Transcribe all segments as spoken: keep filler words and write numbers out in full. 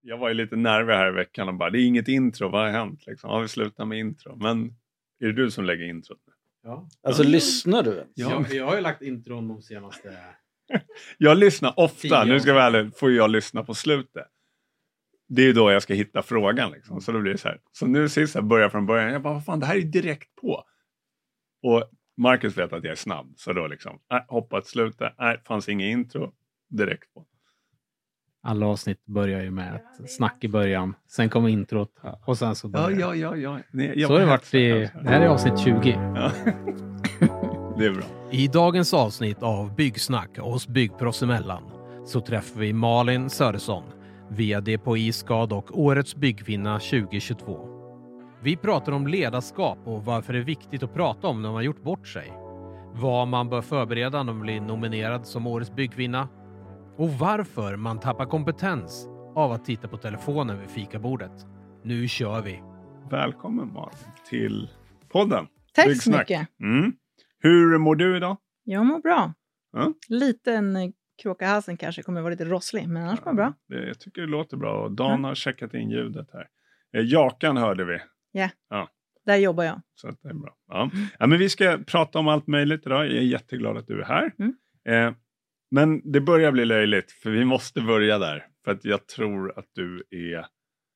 jag var ju lite nervig här i veckan och bara, det är inget intro, vad har hänt? Liksom, har vi slutat med intro? Men är det du som lägger introt nu? Ja. Alltså, ja. Lyssnar du? Ja. Jag, jag har ju lagt intron de senaste... jag lyssnar ofta, nu ska vi ärligt, får jag lyssna på slutet. Det är ju då jag ska hitta frågan liksom. Så då blir det så här. Så nu sist jag börjar från början, jag bara, vad fan, det här är ju direkt på. Och Marcus vet att jag är snabb, så då liksom, nej, hoppa till slutet, nej, fanns inget intro, direkt på. Alla avsnitt börjar ju med ett snack i början. Sen kommer introt. Och sen så börjar ja, ja, ja, ja. Nej, jag så har det varit i... Det här är avsnitt tjugo. Ja. Det är bra. I dagens avsnitt av Byggsnack hos Byggproffs emellan så träffar vi Malin Söderson, vd på I-Skad och årets byggvinna tjugo tjugotvå. Vi pratar om ledarskap och varför det är viktigt att prata om när man gjort bort sig. Vad man bör förbereda när man blir nominerad som årets byggvinna. Och varför man tappar kompetens av att titta på telefonen vid fikabordet. Nu kör vi! Välkommen Malin till podden. Tack Byggsnack. Så mycket. Mm. Hur mår du idag? Jag mår bra. Ja? Liten kråka i halsen kanske, kommer vara lite rosslig, men annars ja, mår bra. Det, jag tycker det låter bra och Dan ja. har checkat in ljudet här. Jakan hörde vi. Yeah. Ja, där jobbar jag. Så att det är bra. Ja. Ja, men vi ska prata om allt möjligt idag. Jag är jätteglad att du är här. Mm. Eh, men det börjar bli löjligt, för vi måste börja där. För att jag tror att du är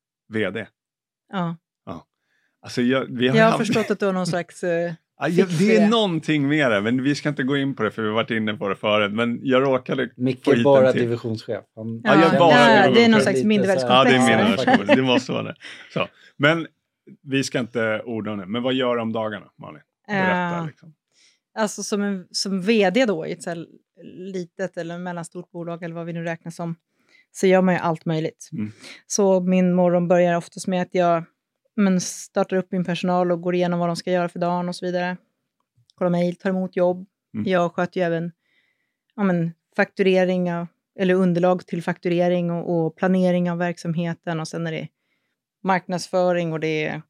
vd. Ja. Ja. Alltså jag, vi har jag har haft... förstått att du har någon slags... Uh, ja, ja, det är någonting med det, men vi ska inte gå in på det för vi har varit inne på det förut. Men jag råkade Micke är bara divisionschef. Han... Ja, ja, jag bara ja, det är någon slags mindervärldskomplex. Ja, det är mindervärldskomplex. Det måste vara det. Så. Men vi ska inte orda om det. Men vad gör du om dagarna, Malin? Berätta, uh, liksom. Alltså som, en, som vd då i ett så här litet eller mellanstort bolag eller vad vi nu räknar som, så gör man ju allt möjligt. Mm. Så min morgon börjar oftast med att jag men, startar upp min personal och går igenom vad de ska göra för dagen och så vidare. Kollar mejl, tar emot jobb. Mm. Jag sköter ju även ja, men, fakturering av, eller underlag till fakturering och, och planering av verksamheten. Och sen är det marknadsföring och det är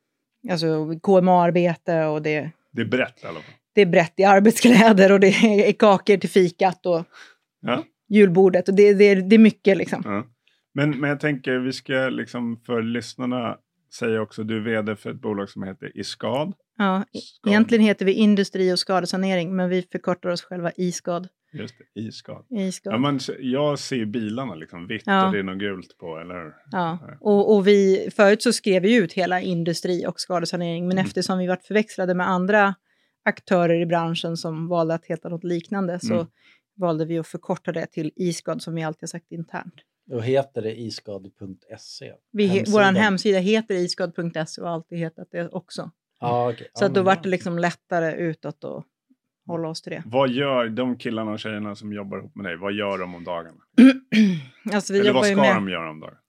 alltså, K M A-arbete och det, det är brett i alla fall. Det är brett i arbetskläder och det är kakor till fikat och ja. julbordet. Och det, det, det är mycket liksom. Ja. Men, men jag tänker vi ska liksom för lyssnarna säga också du är vd för ett bolag som heter I-Skad. Ja, Skad. Egentligen heter vi Industri- och skadesanering, men vi förkortar oss själva I-Skad. Just det, I-Skad. I-Skad. Ja, men jag ser bilarna liksom vitt ja. och det är något gult på, eller? Ja, och, och vi, förut så skrev vi ut hela industri- och skadesanering, men mm. eftersom vi varit förväxlade med andra aktörer i branschen som valde att heta något liknande så mm. valde vi att förkorta det till I-Skad som vi alltid har sagt internt. Och heter det iskad punkt se? Vår hemsida heter iskad punkt se och har alltid hetat det också. Ah, okay. Så ah, att då var det liksom lättare utåt att hålla oss till det. Vad gör de killarna och tjejerna som jobbar ihop med dig? Vad gör de om dagarna? alltså, vi Eller jobbar vad ska med... de göra om dagarna?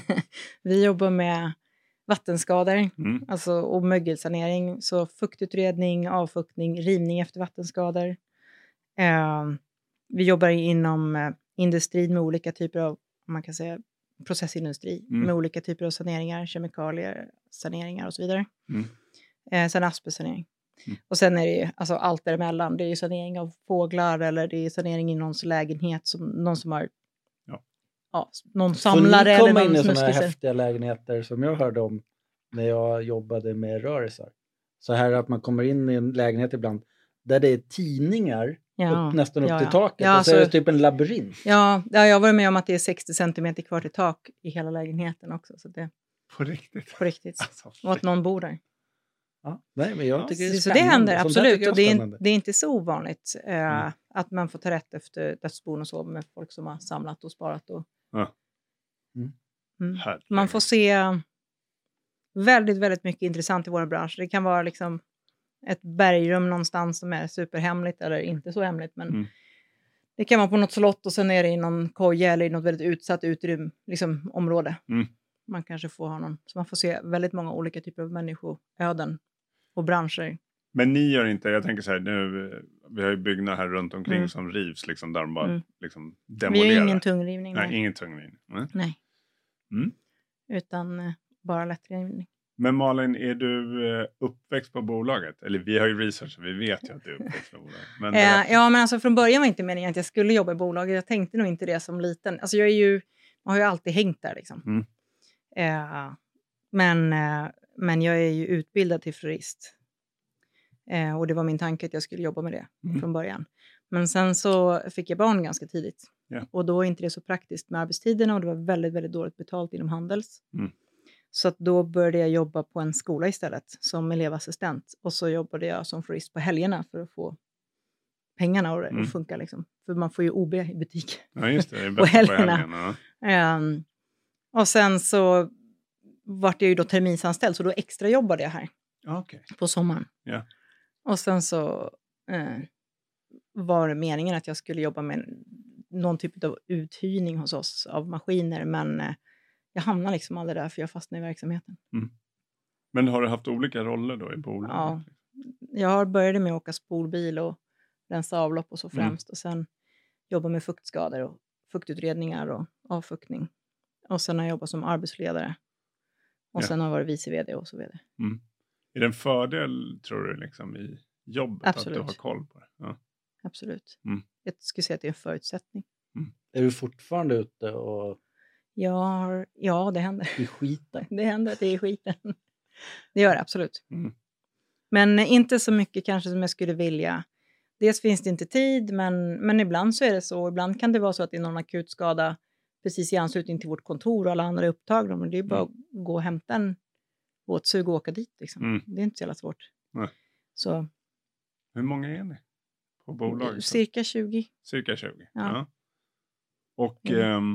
Vi jobbar med vattenskador mm. alltså, och mögelsanering. Så fuktutredning, avfuktning, rivning efter vattenskador. Eh, vi jobbar inom eh, industrin med olika typer av, man kan säga, processindustri. Mm. Med olika typer av saneringar, kemikalier, saneringar och så vidare. Mm. Eh, sen asbestsanering. Mm. Och sen är det ju alltså, allt däremellan. Det är ju sanering av fåglar eller det är sanering i någons lägenhet. Som, någon som har ja. Ja, någon samlare eller någon komma in i sådana här snuskisar. häftiga lägenheter som jag hörde om när jag jobbade med rörelser. Så här att man kommer in i en lägenhet ibland där det är tidningar ja. upp, nästan upp ja, till ja. taket. Ja, och så är det så, typ en labyrint. Ja, ja, jag var med om att det är sextio centimeter kvar till tak i hela lägenheten också. Så det, på riktigt? På riktigt. Alltså, och att någon bor där. Ja, nej, men jag tycker det är så det händer Sånt absolut. Och det är, det är inte så ovanligt eh, mm. att man får ta rätt efter dödsbon och så med folk som har samlat och sparat. Och, ja. mm. Mm. Man får se väldigt, väldigt mycket intressant i vår bransch. Det kan vara liksom ett bergrum någonstans som är superhemligt eller inte så hemligt. Men mm. det kan vara på något slott och sen är det i någon koja eller i något väldigt utsatt utrymme, liksom område. Mm. Man kanske får ha någon. Så man får se väldigt många olika typer av människoöden och branscher. Men ni gör inte, jag tänker så här, nu, vi har ju byggnader här runt omkring mm. som rivs liksom, där de bara mm. liksom demolerar. Vi har ingen tungrivning. Nej, nej. ingen tungrivning. Nej. nej. Mm. Utan eh, bara lättrivning. Men Malin, är du eh, uppväxt på bolaget? Eller vi har ju research, vi vet ju att du är uppväxt på bolaget. Men eh, ja, men alltså från början var inte meningen att jag skulle jobba i bolaget. Jag tänkte nog inte det som liten. Alltså jag är ju, har ju alltid hängt där liksom. Mm. Eh, men, eh, men jag är ju utbildad till florist. Eh, och det var min tanke att jag skulle jobba med det Mm. från början. Men sen så fick jag barn ganska tidigt. Yeah. Och då är inte det så praktiskt med arbetstiderna. Och det var väldigt, väldigt dåligt betalt inom Handels. Mm. Så att då började jag jobba på en skola istället. Som elevassistent. Och så jobbade jag som florist på helgerna. För att få pengarna och, Mm. och funka liksom. För man får ju O B i butik. Ja, just det. Det är På bättre på helgerna. helgerna. Ja. Um, och sen så vart jag ju då terminsanställd. Så då extra jobbade jag här Ja, okej. på sommaren. Ja. Och sen så eh, var det meningen att jag skulle jobba med någon typ av uthyrning hos oss av maskiner. Men eh, jag hamnade liksom aldrig där för jag fastnade i verksamheten. Men har du haft olika roller då i bolaget? Ja. Jag började med att åka spolbil och rensa avlopp och så främst. Mm. Och sen jobba med fuktskador och fuktutredningar och avfuktning. Och sen har jag jobbat som arbetsledare. Och Ja. sen har jag varit vice vd och så vidare. Mm. Är det en fördel, tror du, liksom, i jobbet Absolut. att du har koll på det? Ja. Absolut. Mm. Jag skulle säga att det är en förutsättning. Är du fortfarande ute och Jag har, ja, det händer. i skiten? Det händer att det är skiten. Det gör det, absolut. Mm. Men inte så mycket kanske som jag skulle vilja. Dels finns det inte tid, men, men ibland så är det så. Ibland kan det vara så att det är någon akut skada precis i anslutning till vårt kontor och alla andra är upptagna. Men det är bara Mm. att gå och hämta en båtsug och åka dit. Liksom. Mm. Det är inte så jävla svårt. Nej. Så Hur många är ni på bolaget? cirka tjugo. Cirka tjugo. Ja. Ja. Och Mm. ehm,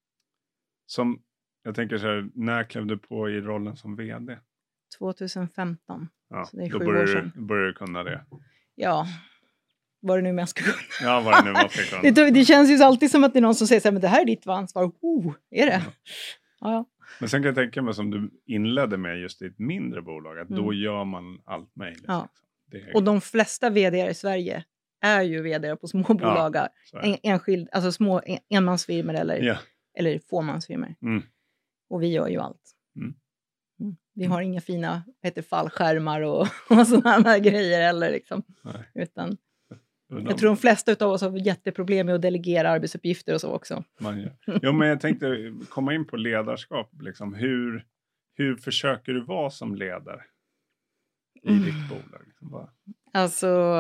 som, jag tänker så här, när klev du på i rollen som vd? tjugohundrafemton. Ja, Så det är då sju börjar år du, sedan. börjar du kunna det. Ja, vad det nu med jag ska kunna. Ja, vad det nu var för kunna. Det, det känns ju alltid som att det är någon som säger så här, men det här är ditt ansvar. Oh, är det? Ja. Ja, ja. Men sen kan jag tänka mig som du inledde med just i ett mindre bolag, att Mm. då gör man allt möjligt. Ja. Liksom. Det är, Och de flesta vd:ar i Sverige är ju vd:ar på små bolag. så är det. En, enskild, alltså små en, enmansfirmor eller, Ja. eller fåmansfirmor. Mm. Och vi gör ju allt. Mm. Mm. Vi har inga fina vad heter, fallskärmar och, och sådana här grejer heller. Liksom. Nej. Utan, Undrar jag tror de flesta av oss har jätteproblem med att delegera arbetsuppgifter och så också. man gör. Jo, men jag tänkte komma in på ledarskap. Liksom. Hur, hur försöker du vara som ledare i Mm. ditt bolag? Liksom, bara, Alltså,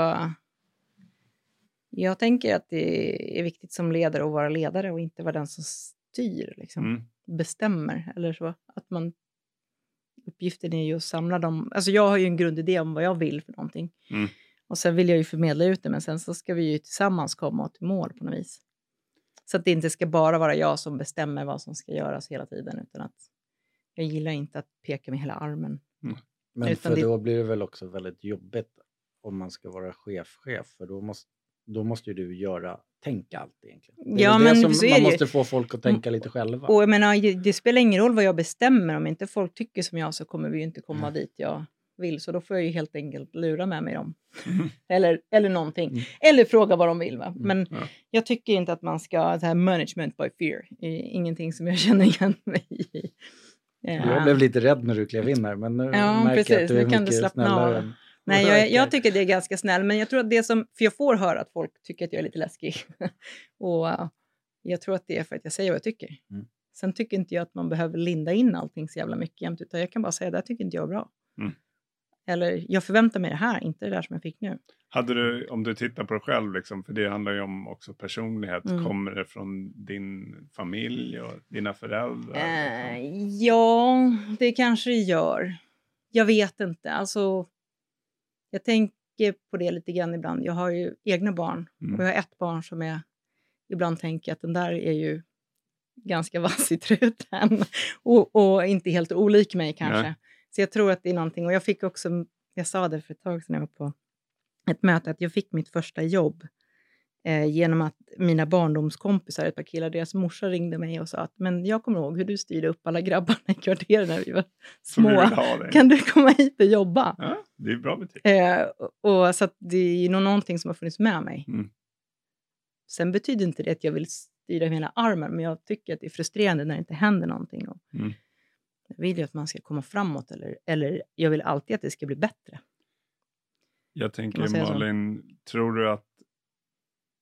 jag tänker att det är viktigt som ledare att vara ledare och inte vara den som styr, liksom. mm. Bestämmer eller så. Att man, uppgiften är ju att samla dem. Alltså jag har ju en grundidé om vad jag vill för någonting. Mm. Och sen vill jag ju förmedla ut det, men sen så ska vi ju tillsammans komma till mål på något vis. Så att det inte ska bara vara jag som bestämmer vad som ska göras hela tiden, utan att jag gillar inte att peka med hela armen. Men Utan för det- då blir det väl också väldigt jobbigt om man ska vara chef-chef. För då måste, då måste ju du göra, tänka allt egentligen. Det är Ja, väl det men som så är man det ju. måste få folk att tänka lite själva. Och jag menar, det spelar ingen roll vad jag bestämmer. Om inte folk tycker som jag så kommer vi ju inte komma Mm. dit jag vill. Så då får jag ju helt enkelt lura med mig dem. Mm. Eller, eller någonting. Mm. Eller fråga vad de vill. Va? Men Ja. jag tycker inte att man ska, så här management by fear. är ingenting som jag känner igen mig i. Jag Ja. blev lite rädd när du klev in här. Men nu Ja, märker precis. jag att du är Nu kan du mycket slappna snällare av. än- Nej, jag, jag verkar. tycker det är ganska snäll. Men jag tror att det som, för jag får höra att folk tycker att jag är lite läskig. Och uh, jag tror att det är för att jag säger vad jag tycker. Mm. Sen tycker inte jag att man behöver linda in allting så jävla mycket jämt. Utan jag kan bara säga, det här tycker inte jag är bra. Mm. Eller, jag förväntar mig det här, inte det där som jag fick nu. Hade du, om du tittar på dig själv, liksom, för det handlar ju om också personlighet. Mm. Kommer det från din familj och dina föräldrar? Eh, liksom? ja, det kanske det gör. Jag vet inte. Alltså, jag tänker på det lite grann ibland. Jag har ju egna barn. Mm. Och jag har ett barn som är, ibland tänker jag att den där är ju ganska vass i truten. och, och inte helt olik mig kanske. Nej. Så jag tror att det är någonting. Och jag fick också, jag sa det för ett tag sedan när jag var på ett möte, att jag fick mitt första jobb eh, genom att mina barndomskompisar, ett par killar, deras morsa ringde mig och sa att, men jag kommer ihåg hur du styrde upp alla grabbarna i kvarteren när vi var Så vi små. vill ha dig. Kan du komma hit och jobba? Ja, det är bra betyg. Eh, och, och så att det är ju nog någonting som har funnits med mig. Mm. Sen betyder inte det att jag vill styra med hela armen, men jag tycker att det är frustrerande när det inte händer någonting. Och Mm. jag vill ju att man ska komma framåt, eller, eller jag vill alltid att det ska bli bättre. Jag Kan man tänker, säga så? Malin, tror du att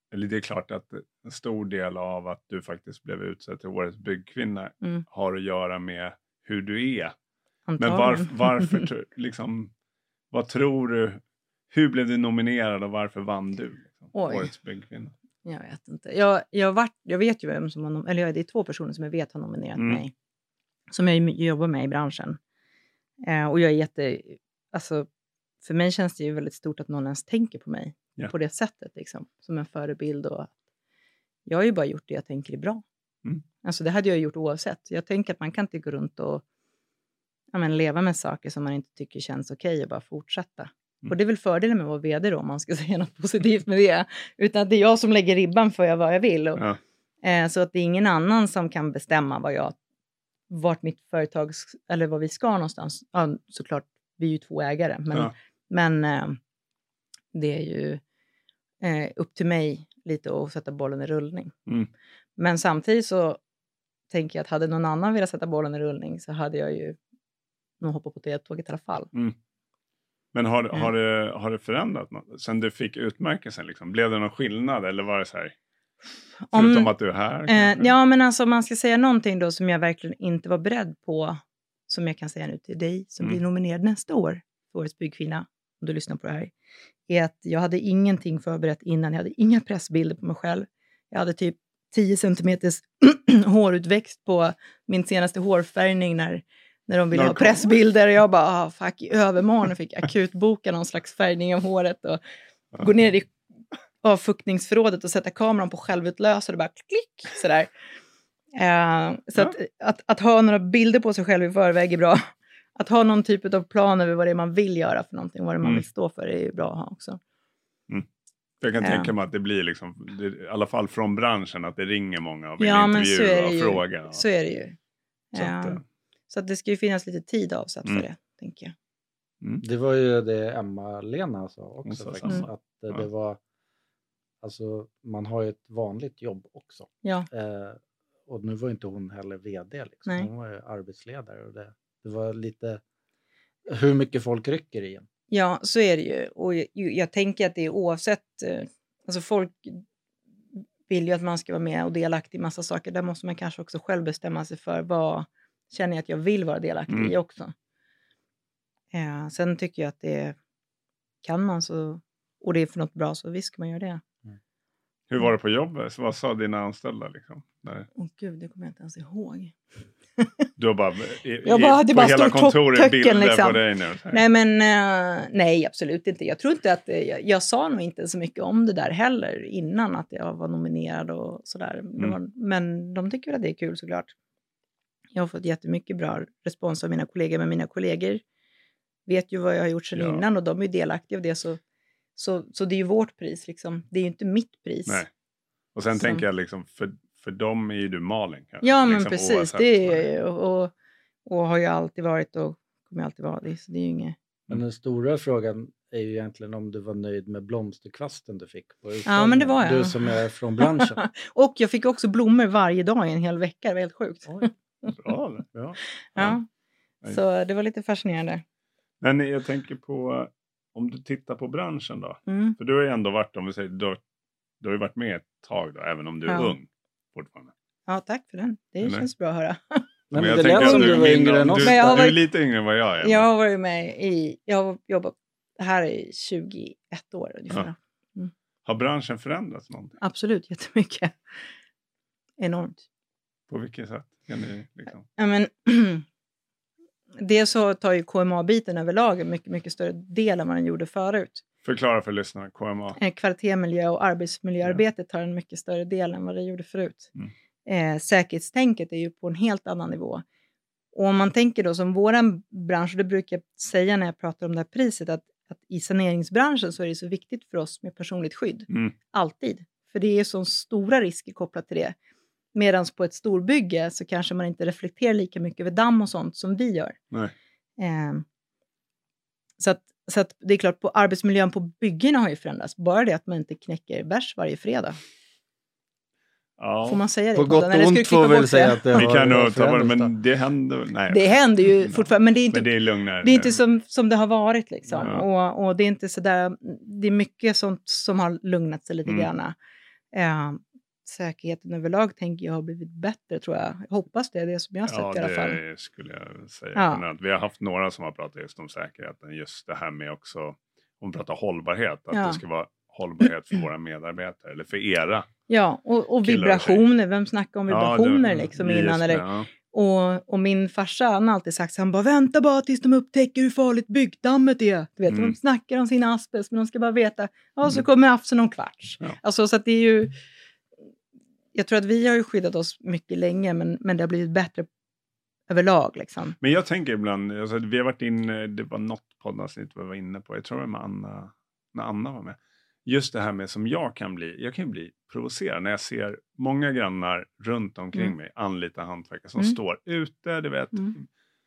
eller det är klart att en stor del av att du faktiskt blev utsedd till årets byggkvinna Mm. har att göra med hur du är. Antagligen. Men varför, varför liksom, vad tror du, hur blev du nominerad och varför vann du liksom, årets byggkvinna? Jag vet inte. Jag, jag, varit, jag vet ju vem som har, nom- eller det är två personer som jag vet har nominerat Mm. mig. Som jag jobbar med i branschen. Eh, och jag är jätte, alltså för mig känns det ju väldigt stort att någon ens tänker på mig. Ja. På det sättet liksom. Som en förebild och att jag har ju bara gjort det jag tänker är bra. Mm. Alltså det hade jag gjort oavsett. Jag tänker att man kan inte gå runt och ja, men, leva med saker som man inte tycker känns okej och bara fortsätta. Mm. Och det är väl fördelen med att vara vd då, om man ska säga något positivt med det. Utan att det är jag som lägger ribban för vad jag vill. Och, Ja. eh, så att det är ingen annan som kan bestämma vad jag, vart mitt företag, eller vad vi ska någonstans. Ja, såklart, vi är ju två ägare. Men, Ja. men eh, det är ju eh, upp till mig lite att sätta bollen i rullning. Mm. Men samtidigt så tänker jag att hade någon annan velat sätta bollen i rullning så hade jag ju nog hoppat på det tåget i alla fall. Mm. Men har, Mm. har, det, har det förändrat något? Sen du fick utmärkelsen liksom? Blev det någon skillnad eller var det så här? Förutom Om, att du är här? eh, kanske? ja, men alltså om man ska säga någonting då som jag verkligen inte var beredd på. Som jag kan säga nu till dig som Mm. blir nominerad nästa år för årets byggkvinna. Om du lyssnar på det här. Är att jag hade ingenting förberett innan. Jag hade inga pressbilder på mig själv. Jag hade typ tio centimeters hårutväxt på min senaste hårfärgning när, när de ville När ha kom- pressbilder. Och jag bara, ah, fuck, i övermorgon fick jag akutboka någon slags färgning av håret. Och Ja. gå ner i avfuktningsförrådet och sätta kameran på självutlösare och bara klick, sådär. Uh, så Ja. att, att, att ha några bilder på sig själv i förväg är bra. Att ha någon typ av plan över vad det är man vill göra för någonting. Vad det är man Mm. vill stå för är ju bra att ha också. Jag kan Ja. tänka mig att det blir liksom, det, i alla fall från branschen, att det ringer många och vill Ja, men så är intervjua det och ju. fråga. Så är det ju. Så att, Eh, eh, så att det ska ju finnas lite tid avsatt Mm. för det, tänker jag. Det var ju det Emma-Lena sa också Hon sa faktiskt. samma. Att eh, Ja. det var, alltså man har ju ett vanligt jobb också. Ja, Eh, och nu var inte hon heller vd liksom. Nej. Hon var ju arbetsledare. Och det, det var lite hur mycket folk rycker i en. ja, så är det ju. Och jag, jag tänker att det är oavsett, eh, alltså folk vill ju att man ska vara med och delaktig i massa saker. Där måste man kanske också själv bestämma sig för vad känner jag att jag vill vara delaktig Mm. i också. Eh, sen tycker jag att det kan man så, och det är för något bra så visst ska man göra det. Hur var det på jobbet? Så vad sa dina anställda liksom? Där? Åh gud, det kommer jag inte ens ihåg. Du har bara, i, Jag bara- i, det på bara hela stod kontoret töcken, bilder liksom. på dig nu. Så här. Nej, men eh, nej, absolut inte. Jag tror inte att, eh, jag, jag sa nog inte så mycket om det där heller innan att jag var nominerad och sådär. Det Mm. var, men de tycker väl att det är kul såklart. Jag har fått jättemycket bra respons av mina kollegor, men mina kollegor vet ju vad jag har gjort sedan Ja. innan och de är delaktiga av det. Så, så, så det är ju vårt pris liksom. Det är ju inte mitt pris. Nej. Och sen Som- tänker jag liksom, för, för dem är ju du Malin. kanske, Ja, men liksom, precis. oavsett Det är vad ju, och, och har ju alltid varit och kommer alltid vara det. Så det är ju inget... Men den stora frågan är ju egentligen om du var nöjd med blomsterkvasten du fick på Ja, men det var jag. Du som är från branschen. Och jag fick också blommor varje dag i en hel vecka. Det var helt sjukt. Oj, Bra, eller? ja. Ja. Ja. Så det var lite fascinerande. Men jag tänker på, om du tittar på branschen då. Mm. För du har ju ändå varit, om vi säger, du har, du har ju varit med ett tag då, även om du är Ja. ung fortfarande. Ja, tack för den. Det Eller? känns bra att höra. Men, jag det tänker lät att som du du är var mindre- yngre än du, oss. Men jag har du är varit- lite yngre än vad jag är. Jag har varit med i, jag har jobbat här i tjugoett år ungefär. Ja. Har branschen förändrats någonting? Absolut, jättemycket. Enormt. På vilket sätt? Kan ni, liksom? Ja, men, dels så tar ju K M A-biten överlag en mycket, mycket större del än vad den gjorde förut. Förklara för lyssnarna, K M A. Eh, Kvalitet, miljö och arbetsmiljöarbetet tar en mycket större del än vad det gjorde förut. Mm. Eh, säkerhetstänket är ju på en helt annan nivå. Och om man tänker då som våran bransch, och det brukar jag säga när jag pratar om det här priset, att, att i saneringsbranschen så är det så viktigt för oss med personligt skydd. Mm. Alltid. För det är så stora risker kopplat till det. Medan på ett storbygge så kanske man inte reflekterar lika mycket över damm och sånt som vi gör. Nej. Eh, så att, så att det är klart, på arbetsmiljön på byggena har ju förändrats. Bara det att man inte knäcker bärs varje fredag. Ja. Får man säga det? På podden? gott Eller och ska du ont klippa får vi väl bort säga det? att det Vi har kan nog ta bort det, förändrats då. men det händer väl. Nej. Det händer ju Ja. fortfarande, men det är inte, Men det är lugnare. det är inte som, som det har varit liksom. Ja. Och, och det är inte sådär, det är mycket sånt som har lugnat sig lite Mm. grann. Eh, säkerheten överlag tänker jag har blivit bättre, tror jag. Jag hoppas det, är det som jag har sett Ja, i alla fall. det skulle jag säga. Ja. Vi har haft några som har pratat just om säkerheten. Just det här med också, om vi pratar hållbarhet, att Ja. det ska vara hållbarhet för våra medarbetare, eller för era. Ja, och, och Killar och vibrationer. Vem snackar om Ja, vibrationer det- liksom just innan? det, Eller, ja. och, och min farsa, han har alltid sagt så han bara, vänta bara tills de upptäcker hur farligt byggdammet är. Du vet, Mm. de snackar om sin asbest, men de ska bara veta, ja, så Mm. kommer afsen om kvarts. Ja. Alltså, så att det är ju, jag tror att vi har ju skyddat oss mycket länge, men, men det har blivit bättre överlag liksom. Men jag tänker ibland, alltså, vi har varit inne, det var något poddavsnitt vi var inne på, jag tror det var med Anna, när Anna var med. Just det här med som jag kan bli, jag kan bli provocerad när jag ser många grannar runt omkring Mm. mig anlita hantverkare som Mm. står ute, du vet, Mm.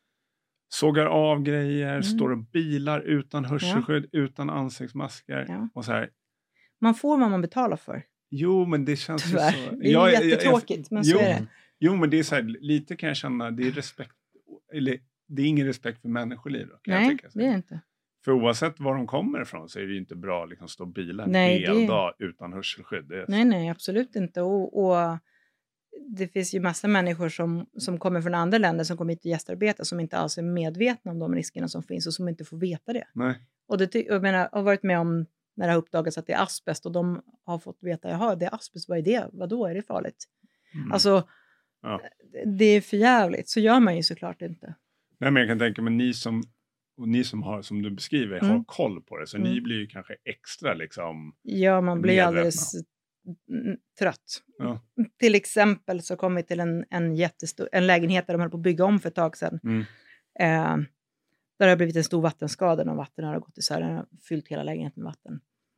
sågar av grejer, Mm. står och bilar utan hörselskydd, utan ansiktsmasker. Ja. Och så här, Man får vad man betalar för. jo men det känns ju Tyvärr. så. Det är Jag- jag- jag- jättetråkigt, men så jo, är det. Jo men det är så här, lite kan jag känna, det är respekt, eller det är ingen respekt för människoliv då, kan jag Nej, tycka. Så. det är det inte. För oavsett var de kommer ifrån så är det ju inte bra att liksom stå och bila en Nej, hel det- dag utan hörselskydd. Det är Nej, nej, absolut inte. Och, och det finns ju massa människor som, som kommer från andra länder som kommer hit och gästarbetar som inte alls är medvetna om de riskerna som finns och som inte får veta det. Nej. Och det ty- jag menar, jag har varit med om när det har uppdagats att det är asbest och de har fått veta, jaha, det är asbest, vad är det? Vadå, är det farligt? Mm. Alltså, Ja. det är för jävligt. Så gör man ju såklart inte. Nej men jag kan tänka mig ni som, och ni som har, som du beskriver, har Mm. koll på det. Så Mm. ni blir ju kanske extra liksom. Ja, man blir Medvetna. alldeles mm, trött. Ja. Till exempel så kom vi till en, en, jättestor, en lägenhet där de höll på att bygga om för ett tag sedan. Mm. Eh, där det har blivit en stor vattenskada och vatten har gått isär. Den har fyllt hela lägenheten med vatten.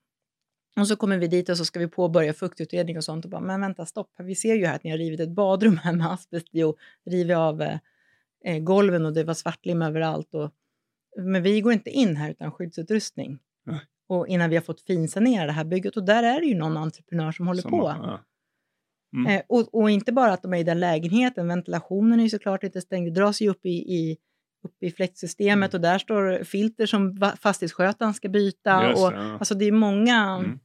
Och så kommer vi dit och så ska vi påbörja fuktutredning och sånt. Och bara, men vänta, stopp. Vi ser ju här att ni har rivit ett badrum här med asbest i och rivit av eh, golven och det var svartlim överallt. Och, men vi går inte in här utan skyddsutrustning. Nej. Och innan vi har fått finsanera det här bygget. Och där är det ju någon entreprenör som håller Som- på. ja. Mm. Eh, och, och inte bara att de är i den lägenheten. Ventilationen är ju såklart inte stängd. Det dras ju upp i, i, upp i fläktsystemet. Mm. Och där står filter som va- fastighetsskötaren ska byta. Just och, det, ja. Alltså det är många Mm.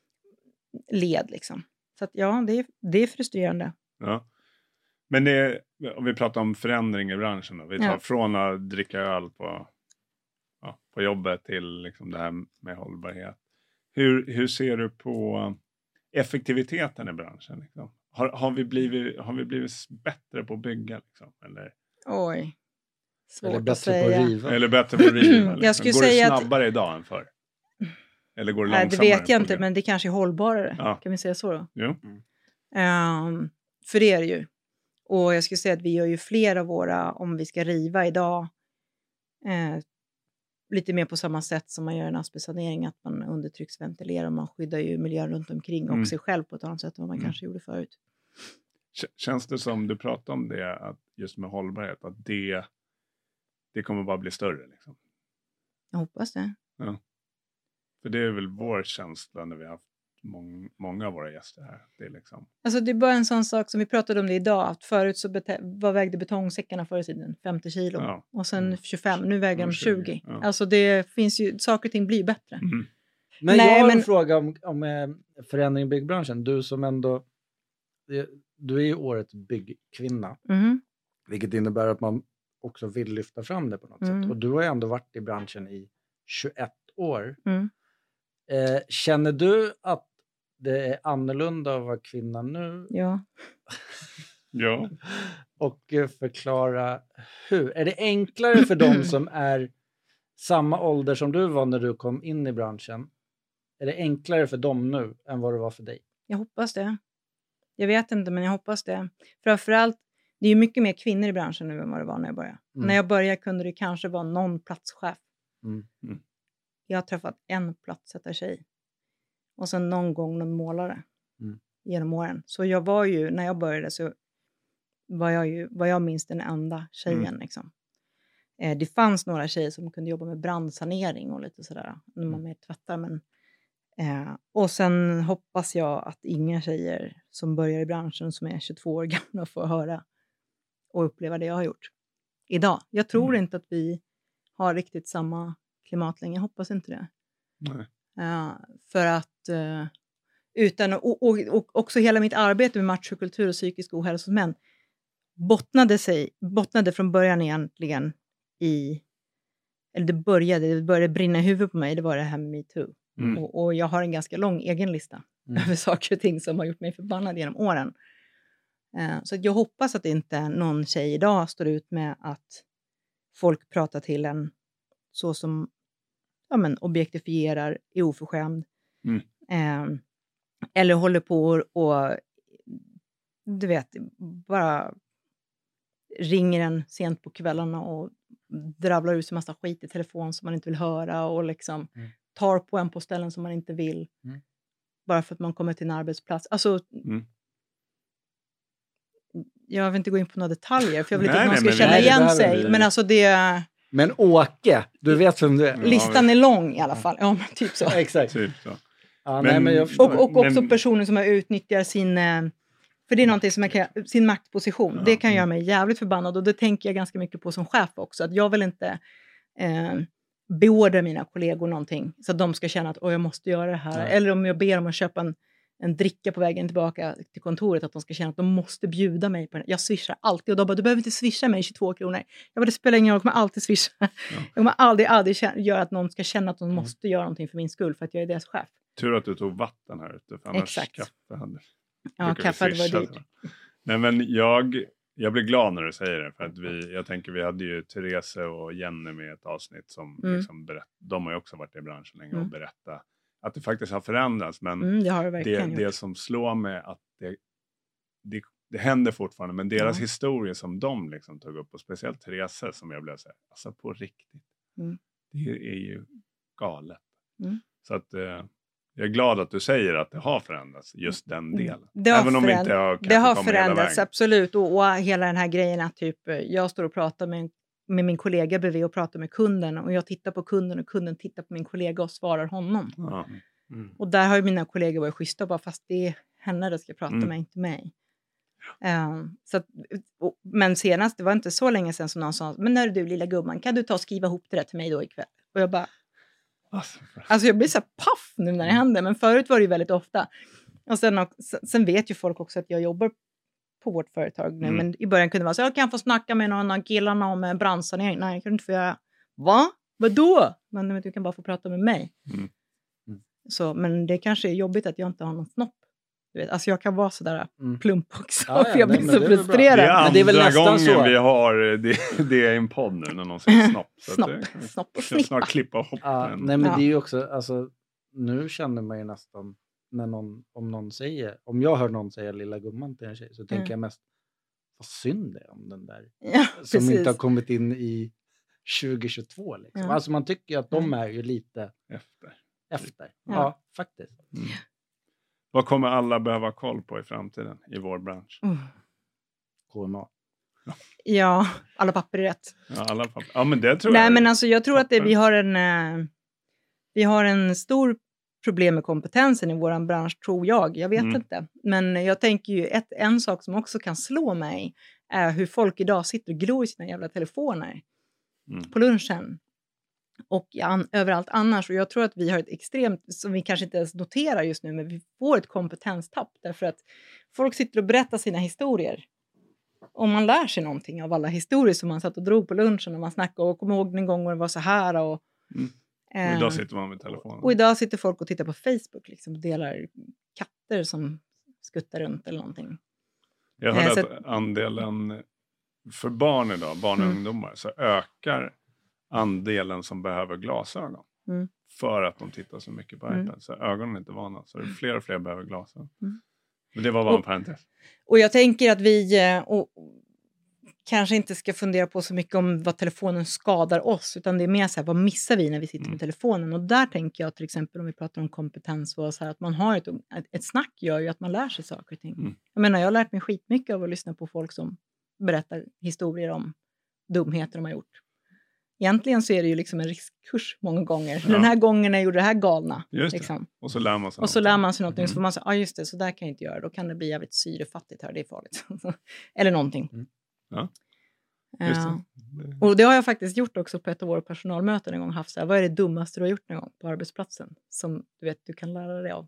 led liksom. Så att ja, det är, det är frustrerande. Ja. Men det är, om vi pratar om förändring i branschen då. Vi tar Ja. från att dricka öl på, ja, på jobbet till liksom det här med hållbarhet. Hur, hur ser du på effektiviteten i branschen? Liksom? Har, har, vi blivit, har vi blivit bättre på att bygga? Liksom? Eller, Oj. Svårt Eller att bättre på säga. att riva. eller bättre på att riva? Jag Liksom? skulle Går säga det att- snabbare idag än förr? Eller går det Nej, långsammare? det vet jag än inte, förr? men det kanske är hållbarare. Ja. Kan vi säga så då? Jo. Ehm, för det är det ju. Och jag skulle säga att vi gör ju fler av våra, om vi ska riva idag, eh, lite mer på samma sätt som man gör en asbestsanering, att man undertrycksventilerar och man skyddar ju miljön runt omkring och Mm. sig själv på ett annat sätt än vad man Mm. kanske gjorde förut. K- Känns det som du pratade om det, att just med hållbarhet, att det, det kommer bara bli större? Liksom? Jag hoppas det. För det är väl vår känsla när vi har haft mång, många av våra gäster här. Det är liksom, Alltså det är bara en sån sak som vi pratade om det idag, att förut så bete- vad vägde betongsäckarna förr i tiden? femtio kilo. Ja. Och sen Mm. tjugofem, nu väger Ja, de tjugo, tjugo. ja. Alltså det finns ju, saker och ting blir bättre. mm. Men Nej, jag har men- en fråga om, om eh, förändring i byggbranschen. Du som ändå, det- du är ju årets byggkvinna. Mhm. Vilket innebär att man också vill lyfta fram det på något Mm. sätt. Och du har ju ändå varit i branschen i tjugoett år. Mm. Eh, känner du att det är annorlunda att vara kvinna nu? Ja. Ja. Och eh, förklara hur. Är det enklare för dem som är samma ålder som du var när du kom in i branschen? Är det enklare för dem nu än vad det var för dig? Jag hoppas det. Jag vet inte, men jag hoppas det. Framförallt, det är ju mycket mer kvinnor i branschen nu än vad det var när jag började. Mm. När jag började kunde det kanske vara någon platschef. Mm. Mm. Jag har träffat en platssättartjej. Och sen någon gång någon målare. Mm. Genom åren. Så jag var ju, när jag började så var jag ju, var jag minst den enda tjejen Mm. liksom. Eh, det fanns några tjejer som kunde jobba med brandsanering och lite sådär. När man Mm. mer tvättar, men Eh, och sen hoppas jag att inga tjejer som börjar i branschen som är tjugotvå år gamla får höra och uppleva det jag har gjort idag. Jag tror Mm. inte att vi har riktigt samma klimat längre. Jag hoppas inte det. Nej. Eh, för att eh, Utan, och, och, och också hela mitt arbete med machokultur och psykisk ohälsa hos män bottnade, sig, bottnade från början egentligen i, eller det började, det började brinna i huvudet på mig, det var det här med MeToo. Mm. Och, och jag har en ganska lång egen lista mm. över saker och ting som har gjort mig förbannad genom åren. Uh, så att jag hoppas att inte någon tjej idag står ut med att folk pratar till en så som ja, men, objektifierar, är oförskämd. Mm. Uh, eller håller på och, och du vet, bara ringer en sent på kvällarna och dravlar ut sig massa skit i telefon som man inte vill höra och liksom mm. tar på en på ställen som man inte vill. Mm. Bara för att man kommer till en arbetsplats. Alltså, mm. jag vill inte gå in på några detaljer för jag vill inte nej, att någon nej, ska känna nej, igen sig. Vi... Men alltså det... Men Åke, du vet vem du är. Listan är lång i alla fall. Ja, men typ så. Exakt. Typ så. Ja, men, nej, men jag och, och också men... personer som har utnyttjat sin... För det är någonting som jag kan, sin maktposition. Ja. Det kan göra mig jävligt förbannad. Och det tänker jag ganska mycket på som chef också. Att jag vill inte eh, beordra mina kollegor någonting. Så att de ska känna att oh, jag måste göra det här. Ja. Eller om jag ber dem att köpa en, en dricka på vägen tillbaka till kontoret. Att de ska känna att de måste bjuda mig på det. Jag swishar alltid. Och de bara, du behöver inte swisha mig tjugotvå kronor. Jag bara, det spelar ingen roll. Jag kommer alltid swisha. Ja. Jag kommer aldrig, aldrig göra att någon ska känna att de mm. måste göra någonting för min skull. För att jag är deras chef. Tur att du tog vatten här ute. För annars exakt. Kaffe hade... Ja, kaffe var dyrt. Nej, men jag, jag blir glad när du säger det. För att vi, jag tänker vi hade ju Therese och Jenny med ett avsnitt som mm. liksom berätt, de har ju också varit i branschen länge mm. och berätta att det faktiskt har förändrats. Men mm, det, har det, det, det som slår mig att det, det, det händer fortfarande. Men deras mm. historia som de liksom tog upp och speciellt Therese som jag blev så här, alltså på riktigt. Mm. Det är ju galet. Mm. Så att... Jag är glad att du säger att det har förändrats, just den delen. Det har, Även om föränd- inte har, det har förändrats, absolut. Och, och hela den här grejen att typ, jag står och pratar med, med min kollega bredvid och pratar med kunden. Och jag tittar på kunden och kunden tittar på min kollega och svarar honom. Ja. Mm. Och där har ju mina kollegor varit schyssta, bara fast det är henne det ska prata mm. med, inte mig. Um, så att, och, men senast, det var inte så länge sedan som någon sa, men när du lilla gumman, kan du ta och skriva ihop det där till mig då ikväll? Och jag bara... Alltså, alltså jag blir så här paff nu när det händer. Men förut var det ju väldigt ofta. Och sen, sen vet ju folk också att jag jobbar på vårt företag nu. Mm. Men i början kunde det vara så jag kan få snacka med någon av killarna om brandsanering. Nej, jag kan inte få göra. Va? Vadå? Men, men du kan bara få prata med mig. Mm. Mm. Så, men det kanske är jobbigt att jag inte har någon snopp. Du vet, alltså jag kan vara sådär mm. plump också. Ja, ja, för jag blir nej, så frustrerad. Det är andra det är väl nästan gången så. Vi har det, det är en podd nu när någon säger snopp. Så snopp, det, snopp och snippa. Snart klippa och hoppa. Ja, nej men ja. Det är ju också, alltså nu känner man ju nästan när någon, om någon säger, om jag hör någon säga lilla gumman till en tjej så tänker mm. jag mest, vad synd det är om den där. Ja, som precis. Inte har kommit in i tjugo tjugotvå liksom. Ja. Alltså man tycker ju att de är ju lite efter. Efter, ja, ja faktiskt. Mm. Vad kommer alla behöva koll på i framtiden i vår bransch? Mm. K M A. Ja. ja, alla papper är rätt. Ja, alla papper. Ja, men det tror Nej, jag. Nej, men alltså jag tror att det, vi har en eh, vi har en stor problem med kompetensen i våran bransch, tror jag. Jag vet mm. inte. Men jag tänker ju, ett, en sak som också kan slå mig är hur folk idag sitter och glor i sina jävla telefoner mm. på lunchen. Och an, överallt annars. Och jag tror att vi har ett extremt, som vi kanske inte ens noterar just nu, men vi får ett kompetenstapp. Därför att folk sitter och berättar sina historier. Och man lär sig någonting av alla historier som man satt och drog på lunchen. Och man snackade och kom ihåg en gång och det var så här. Och, mm. och idag sitter man med telefonen. Och idag sitter folk och tittar på Facebook. Liksom, och delar katter som skuttar runt eller någonting. Jag hörde eh, att, att andelen för barn idag, barn och mm. ungdomar, så ökar andelen som behöver glasögon. Mm. För att de tittar så mycket på iPad. Mm. Så ögonen är inte vana. Så fler och fler behöver glasögon. Mm. Men det var bara en parentes. Och jag tänker att vi och, kanske inte ska fundera på så mycket om vad telefonen skadar oss. Utan det är mer så här, vad missar vi när vi sitter mm. med telefonen? Och där tänker jag till exempel om vi pratar om kompetens. Och så här, att man har ett, ett snack gör ju att man lär sig saker och ting. Mm. Jag menar, jag har lärt mig skitmycket av att lyssna på folk som berättar historier om dumheter de har gjort. Egentligen så är det ju liksom en riskkurs många gånger. Ja. Den här gången jag gjorde det här galna. Just det. Liksom. Och så lär man sig Och så lär man sig någonting. Mm. Så får man säga, ja ah, just det, så där kan jag inte göra. Då kan det bli jävligt syrefattigt här, det är farligt. Eller någonting. Mm. Ja. Just det. Uh, och det har jag faktiskt gjort också på ett av våra personalmöten en gång. Haft så här, vad är det dummaste du har gjort någon gång på arbetsplatsen? Som du vet, du kan lära dig av.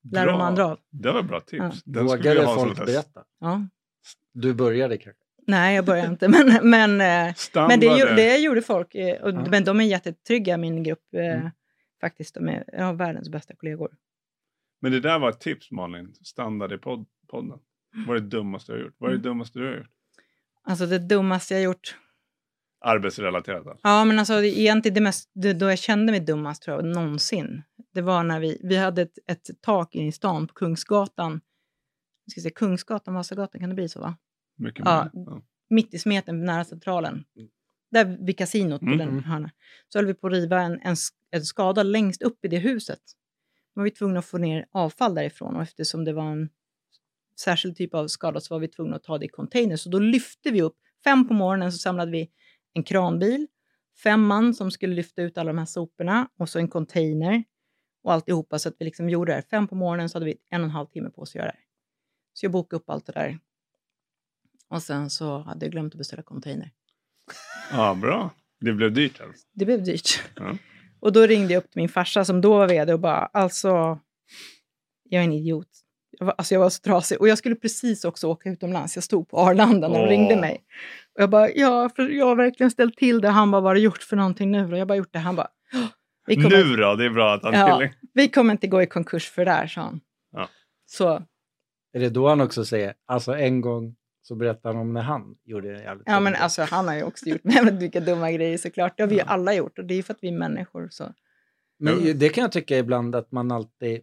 Lär de andra av. Det var bra tips. Ja. Den skulle vi Vågade ha som folk ett- berätta? Ja. Du började kanske? Nej, jag börjar inte. Men, men, eh, Standard. men det, gjo- det gjorde folk. eh, Och, Ja. Men de är jättetrygga, min grupp. eh, Mm. Faktiskt, de är ja, världens bästa kollegor. Men det där var ett tips, Malin. Standard i pod- podden. Vad är det dummaste du har gjort? Vad är det dummaste du har gjort? Alltså det dummaste jag gjort. Arbetsrelaterat alltså. Ja, men alltså egentligen det mest, det, då jag kände mig dummast tror jag någonsin. Det var när vi, vi hade ett, ett tak in i stan på Kungsgatan. Jag ska säga Kungsgatan, Vasagatan, kan det bli så va? Mycket Ja. mer. Ja. Mitt i smeten, nära centralen. Där vid kasinot på Mm. den hörnan. Så höll vi på att riva en, en, en skada längst upp i det huset. Då var vi tvungna att få ner avfall därifrån. Och eftersom det var en särskild typ av skada så var vi tvungna att ta det i container. Så då lyfte vi upp. Fem på morgonen så samlade vi en kranbil. Fem man som skulle lyfta ut alla de här soporna. Och så en container. Och alltihopa så att vi liksom gjorde det här. Fem på morgonen så hade vi en och en halv timme på oss att göra det. Så jag bokade upp allt det där. Och sen så hade jag glömt att beställa container. Ja, bra. Det blev dyrt alltså. Det blev dyrt. Ja. Och då ringde jag upp till min farsa som då var vd och bara, alltså, jag är en idiot. Jag var, alltså jag var så trasig. Och jag skulle precis också åka utomlands. Jag stod på Arlanda när de Åh. ringde mig. Och jag bara, ja, för jag har verkligen ställt till det. Han bara, vad har du gjort för någonting nu? Och jag bara gjort det. Han bara, "Åh, vi kommer, Nu då? Det är bra att han Ja. till. vi kommer inte gå i konkurs för det här, sa han. Ja. Så, Är det då han också säger, alltså en gång så berättar han om när han gjorde det jävligt ja men dumt. alltså han har ju också gjort med vilka dumma grejer såklart. Det har vi ju alla gjort. Och det är ju för att vi är människor. Så. Men ju- det kan jag tycka ibland att man alltid,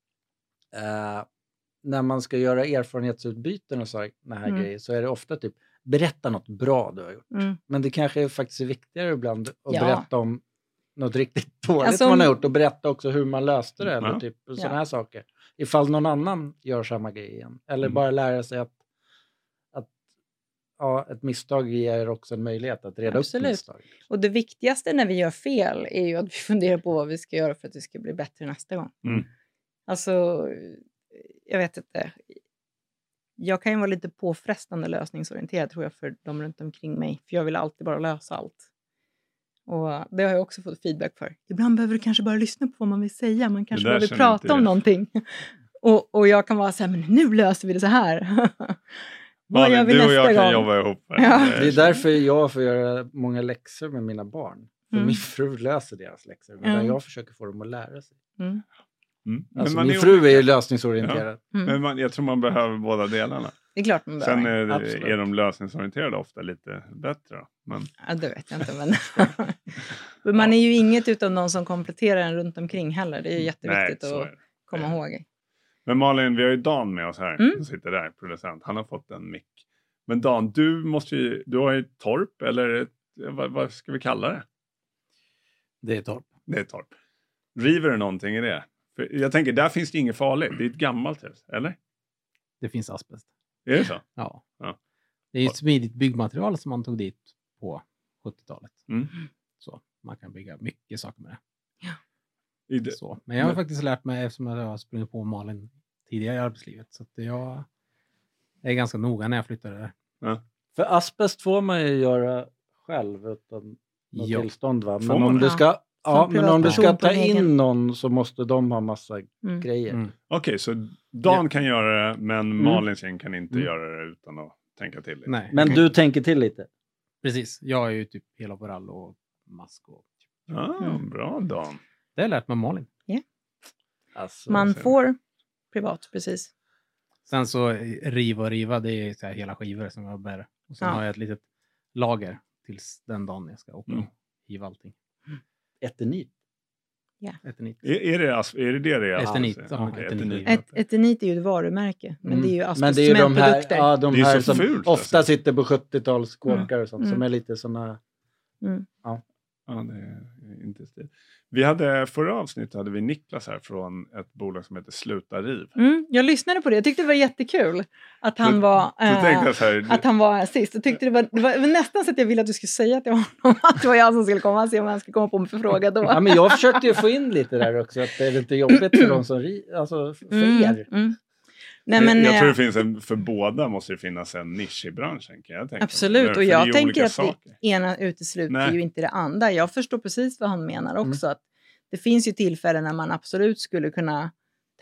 eh, när man ska göra erfarenhetsutbyten och sådana här Mm. grejer så är det ofta typ, berätta något bra du har gjort. Mm. Men det kanske är faktiskt är viktigare ibland att Ja. berätta om något riktigt dåligt Alltså, man har gjort och berätta också hur man löste det eller Ja. typ sådana Ja. här saker. Ifall någon annan gör samma grej igen. Eller Mm. bara lära sig att, att ja, ett misstag ger också en möjlighet att reda Absolut. upp misstag. Och det viktigaste när vi gör fel är ju att vi funderar på vad vi ska göra för att det ska bli bättre nästa gång. Mm. Alltså, jag vet inte. Jag kan ju vara lite påfrestande lösningsorienterad tror jag för de runt omkring mig. För jag vill alltid bara lösa allt. Och det har jag också fått feedback för. Ibland behöver du kanske bara lyssna på vad man vill säga. Man kanske där behöver känner inte prata om jag. någonting. Och, och jag kan vara så här, men nu löser vi det så här. Vad Malin, gör vi du och nästa jag kan gång? jobba ihop. här. Ja. Det är därför jag får göra många läxor med mina barn. För Mm. min fru löser deras läxor. Medan Mm. jag försöker få dem att lära sig. Mm. Mm. Men Alltså, man min är fru olika. är ju lösningsorienterad. Mm. Men man, jag tror man behöver båda delarna. Det är klart man behöver. Sen är, det, Absolut. är de lösningsorienterade ofta lite bättre. Då. Men, Ja, det vet jag inte. Men, men man är ju inget utan någon som kompletterar en runt omkring heller. Det är ju nej, jätteviktigt så att är det. komma ihåg. Men Malin, vi har ju Dan med oss här. Mm. Som sitter där, producent. Han har fått en mick. Men Dan, du måste ju, du har ju ett torp, eller ett, vad, vad ska vi kalla det? Det är torp. Det är ett torp. River du någonting i det? För jag tänker, där finns det inget farligt. Det är ett gammalt hus, eller? Det finns asbest. Är det så? Ja. Ja. Det är ju ett smidigt byggmaterial som man tog dit på sjuttiotalet. Mm. Så man kan bygga mycket saker med det. I det. Så. Men jag har Men- faktiskt lärt mig, eftersom jag har sprungit på Malin tidigare i arbetslivet, så att jag är ganska noga när jag flyttade där. För asbest får man ju göra själv utan något Ja. tillstånd va? Får Men man om det? du ska, ja, men om du ska privatperson på ta en egen- in någon så måste de ha massa Mm. grejer. Mm. Okej, så Dan kan göra det, men Malins gäng kan inte Mm. göra det utan att tänka till lite. Nej, Men okej. du tänker till lite. Precis. Jag är ju typ hela overall och mask. Och... Ah, Mm. bra Dan. Det har jag lärt mig av Malin. Alltså, Man ser. får privat, precis. Sen så eh, riva och riva, det är så här hela skivor som jag bär. Och sen Ja. har jag ett litet lager tills den dagen jag ska åka Mm. och hiva allting. eternit. Eternit. Är, är, det, as- är det det det är? Eternit, Alltså? ja, Okej, eternit. eternit. Ett, Eternit är ju ett varumärke, men det är ju Mm. Men det är ju de här, asbestcementprodukter. ja, de Det är här så som fult, ofta alltså. sitter på sjuttiotalskåkar och sånt. Mm. Som är lite såna. Mm. Ja, det är inte stil. Vi hade, förra avsnittet hade vi Niklas här från ett bolag som heter Sluta Riv. Mm, jag lyssnade på det. Jag tyckte det var jättekul att han Så- var... Så eh, tänkte jag så här, Att han var sist. Jag tyckte det var, det var det var nästan så att jag ville att du skulle säga till honom att det var jag som skulle komma. Se om han skulle komma på mig för fråga då. Ja, men jag försökte ju få in lite där också. Att det är lite jobbigt för de som ri, alltså för er. Mm, mm. Nej, men, jag, jag tror eh, det finns en, för båda måste det finnas en nisch i branschen kan jag tänka. absolut, För och det är jag ju tänker olika att saker. det ena utesluter Nej. ju inte det andra. Jag förstår precis vad han menar också. Att det finns ju tillfällen när man absolut skulle kunna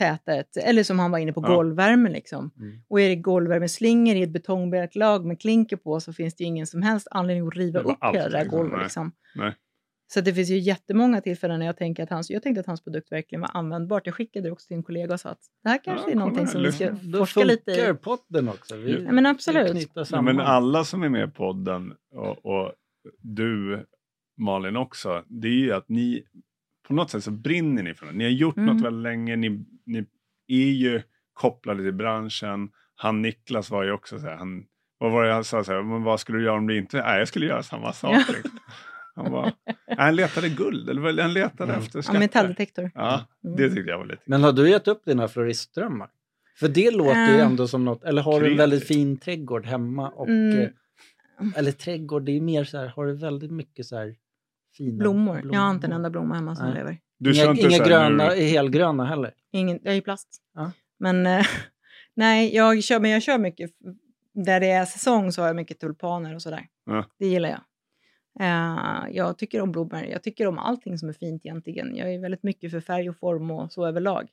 täta ett, eller som han var inne på, Ja. golvvärme liksom. Mm. Och är det golvvärmeslingor i ett betongbärt lag med klinker på, så finns det ju ingen som helst anledning att riva Det var upp hela allt, det här liksom. golvet Nej. liksom. Nej. Så det finns ju jättemånga tillfällen när jag tänker att hans, jag tänkte att hans produkt verkligen var användbart. Jag skickade det också till en kollega och sa att det här kanske Ja, är någonting kolla, som vi ska Då forska lite funkar i. podden också. Vi, Ja, men absolut. vi knyter Ja, samman. men alla som är med i podden och, och du, Malin, också. Det är ju att ni, på något sätt så brinner ni för det. Ni har gjort Mm. något väldigt länge. Ni, ni är ju kopplade till branschen. Han Niklas var ju också så här. Han, vad var det han sa så här? Men vad skulle du göra om du inte? Nej, jag skulle göra samma sak. Ja. Liksom. Han, var, han letade guld. Eller vad- han letade Mm. efter Ja, skatter. metalldetektor. Ja, Mm. det tyckte jag var lite. Men har du gett upp dina floristdrömmar? För det låter ju Äh. ändå som något, eller har du en Kreativt. väldigt fin trädgård hemma och, Mm. eh, eller trädgård, det är mer så här, har du väldigt mycket så här fina Blommor. Jag har inte en enda blomma hemma som Nej. lever. Du kör Inga, inte inga så här gröna, nu- helgröna heller. Ingen, jag är i plast. Ja. Men eh, nej, jag kör, men jag kör mycket. Där det är säsong så har jag mycket tulpaner och sådär. Ja. Det gillar jag. Eh, jag tycker om blommor. Jag tycker om allting som är fint egentligen. Jag är väldigt mycket för färg och form och så överlag.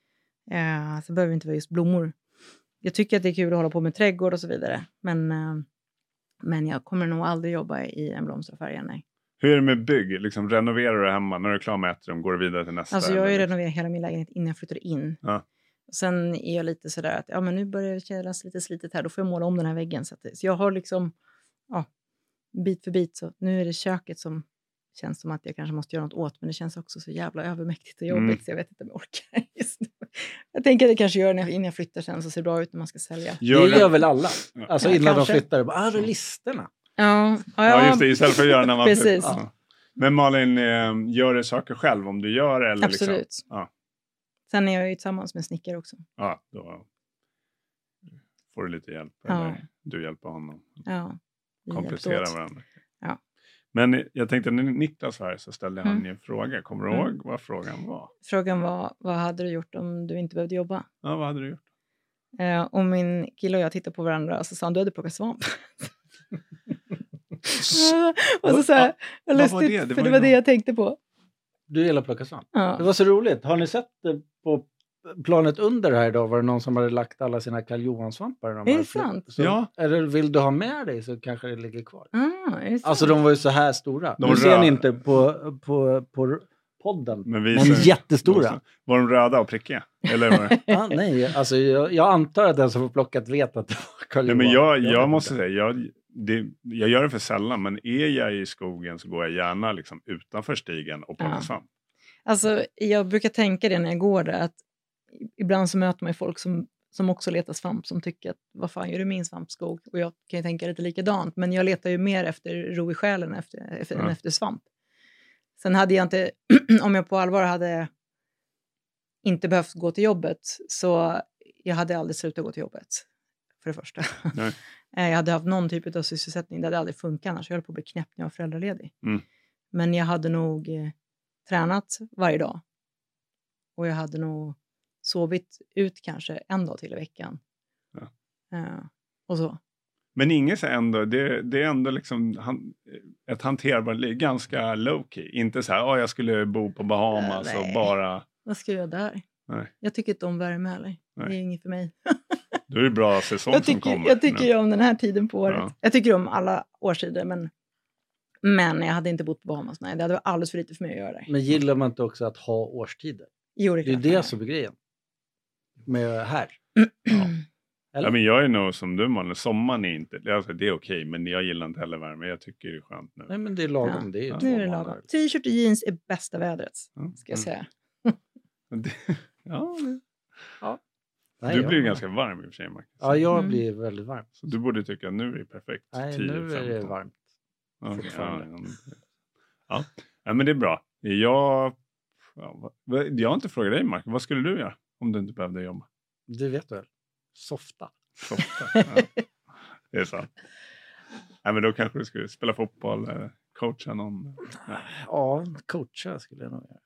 Eh, så behöver det inte vara just blommor. Jag tycker att det är kul att hålla på med trädgård och så vidare. Men, eh, men jag kommer nog aldrig jobba i en blomsteraffär igen, nej. Hur är det med bygg? Liksom, renoverar du hemma? När du är klar med ett rum, går du vidare till nästa? Alltså jag har ju eller? renoverat hela min lägenhet innan jag flyttade in. Ja. Sen är jag lite sådär att ja, men nu börjar det kännas lite slitet här. Då får jag måla om den här väggen. Så, att, så jag har liksom, ja, bit för bit. Så nu är det köket som känns som att jag kanske måste göra något åt. Men det känns också så jävla övermäktigt och jobbigt. Mm. Så jag vet inte om jag orkar just nu. Jag tänker att det kanske gör när jag, innan jag flyttar sen så ser det bra ut när man ska sälja. Gör det gör väl alla? Alltså Ja, innan kanske. de flyttar. Bara, ah, det är listerna. Ja, ja, Ja, just det. Istället för att göra när man... Precis. Ja. Men Malin, eh, gör du saker själv om du gör det? Eller absolut. Liksom? Ja. Sen är jag ju tillsammans med snickare också. Ja, då får du lite hjälp. Ja. Eller du hjälper honom. Ja, vi hjälps Komplettera åt. varandra. Ja. Men jag tänkte när Niklas var här så ställde han Mm. ju en fråga. Kommer du Mm. ihåg vad frågan var? Frågan var, vad hade du gjort om du inte behövde jobba? Ja, vad hade du gjort? Eh, och min kille och jag tittade på varandra och så sa han, du hade plockat svamp. och så sa jag, vad vad var lustigt, det? Det för var det ju var det någon- jag tänkte på. Du gillar att plocka svamp. Ja. Det var så roligt. Har ni sett det på planet under här idag? Var det någon som hade lagt alla sina Karl Johan-svampar? i de Är här det fl- sant? Så, Ja. Eller vill du ha med dig så kanske det ligger kvar. Ah, är det sant? Alltså de var ju så här stora. De nu ser röda. ni inte på, på, på podden. Men, Men visa- jättestora. Var de röda och prickiga? Eller var det? Ah, nej, alltså jag, jag antar att den som får plockat vet att det var Karl Nej, men Johan. jag, jag vet måste inte. säga, jag, det, jag gör det för sällan. Men är jag i skogen så går jag gärna liksom utanför stigen och plockar Ja. svamp. Alltså, jag brukar tänka det när jag går där, att ibland så möter man ju folk som, som också letar svamp, som tycker att vad fan gör du min svampskog? Och jag kan ju tänka lite likadant, men jag letar ju mer efter ro i själen efter, efter, Ja. än efter svamp. Sen hade jag inte, om jag på allvar hade inte behövt gå till jobbet, så jag hade aldrig slutat gå till jobbet, för det första. Nej. Eh, jag hade haft någon typ av sysselsättning, det hade aldrig funkat annars. Jag höll på att bli knäpp när jag var föräldraledig. Mm. Men jag hade nog eh, tränat varje dag. Och jag hade nog sovit ut kanske en dag till i veckan. Ja. Eh, och så. Men inget så ändå, det, det är ändå liksom han, ett hanterbart liv, ganska low key. Inte så här, oh, jag skulle bo på Bahamas Äh, och nej. bara... Vad ska jag göra där? Nej. Jag tycker inte om värme heller. Nej. Det är inget för mig. Då är det bra säsong Jag som tycker, kommer. jag tycker nu. ju om den här tiden på året. Ja. Jag tycker om alla årstider, men, men jag hade inte bott på Bahamas. Nej, det hade varit alldeles för lite för mig att göra det. Men gillar man inte också att ha årstider? Jo, Det är klart det jag som är grejen. Med här. Ja. Eller? Ja, men jag är nog som du, man. Sommaren är inte... Alltså, det är okej, men jag gillar inte heller värme. Jag tycker det är skönt nu. Nej, men det är lagom. Ja. Det är ju Ja. två Nu är det månader. lagom. T-shirt och jeans är bästa vädret, Ja. ska jag säga. Det, ja, det, Nej, du jag- blir ju ganska varm i och för sig, Marcus. Ja, jag Mm. blir väldigt varm. Så du borde tycka att nu är det perfekt. Nej, tio, nu är det femton. varmt. Ja, okej, fortfarande. Ja, ja. Ja. Ja, men det är bra. Jag, ja, vad- jag har inte frågat dig, Mark. Vad skulle du göra om du inte behövde jobba? Det vet du väl? Softa. Softa. Ja. Det är sant. Nej, men då kanske du skulle spela fotboll, eller coacha någon. Nej. Ja, coacha skulle jag nog göra.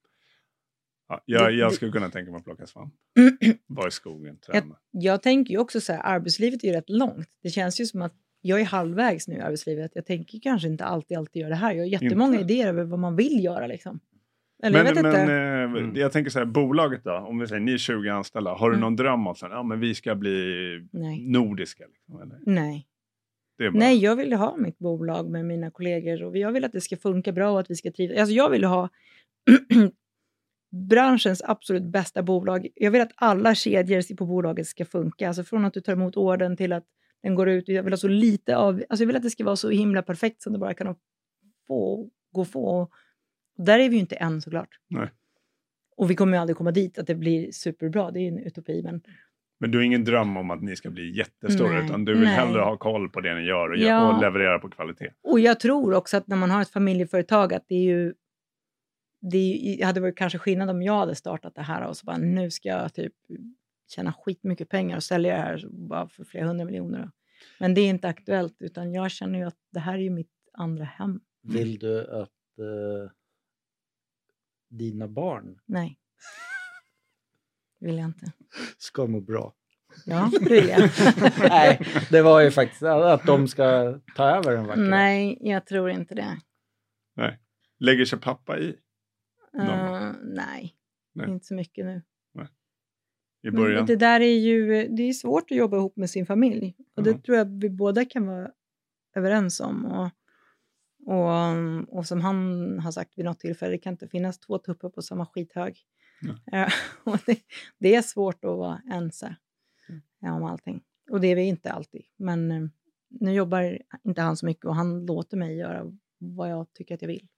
Ja, jag, Det- jag det- skulle kunna tänka mig att plocka svamp. Vara i skogen, Jag, träna. jag tänker ju också så här, arbetslivet är ju rätt långt. Det känns ju som att jag är halvvägs nu i arbetslivet. Jag tänker kanske inte alltid, alltid göra det här. Jag har jättemånga Inte? idéer över vad man vill göra liksom. Eller Men, jag vet men inte. eh, Mm. jag tänker så här, bolaget då, om vi säger ni är tjugo anställda, har du Mm. någon dröm om så här, ja men vi ska bli Nej. nordiska liksom, eller? Nej. Det är bara, Nej, jag vill ha mitt bolag med mina kollegor och jag vill att det ska funka bra och att vi ska trivas. Alltså jag vill ha branschens absolut bästa bolag. Jag vill att alla kedjor på bolaget ska funka. Alltså från att du tar emot orden till att den går ut. Jag vill ha så lite av, alltså jag vill att det ska vara så himla perfekt som det bara kan få, gå att få. Och där är vi ju inte än såklart. Nej. Och vi kommer ju aldrig komma dit att det blir superbra. Det är ju en utopi, men Men du har ingen dröm om att ni ska bli jättestora, Nej, utan du vill nej. hellre ha koll på det ni gör och, Ja. och leverera på kvalitet. och jag tror också att när man har ett familjeföretag att det är ju det är ju- det hade varit kanske skillnad om jag hade startat det här och så bara nu ska jag typ tjäna skitmycket pengar och sälja det här bara för flera hundra miljoner. Men det är inte aktuellt, utan jag känner ju att det här är ju mitt andra hem. Vill du att eh, dina barn Nej. Vill jag inte. ska må bra? Ja, det vill jag. Nej, det var ju faktiskt att de ska ta över en vacker dag. Nej, jag tror inte det. Nej. Lägger sig pappa i Någon Uh, nej. Nej. inte så mycket nu. i Men början? det där är ju det är svårt att jobba ihop med sin familj. Och det Ja. tror jag vi båda kan vara överens om. Och, och, och som han har sagt vid något tillfälle, det kan inte finnas två tuppar på samma skithög. Eh, och det, det är svårt att vara ense Mm. om allting. Och det är vi inte alltid. Men eh, nu jobbar inte han så mycket och han låter mig göra vad jag tycker att jag vill.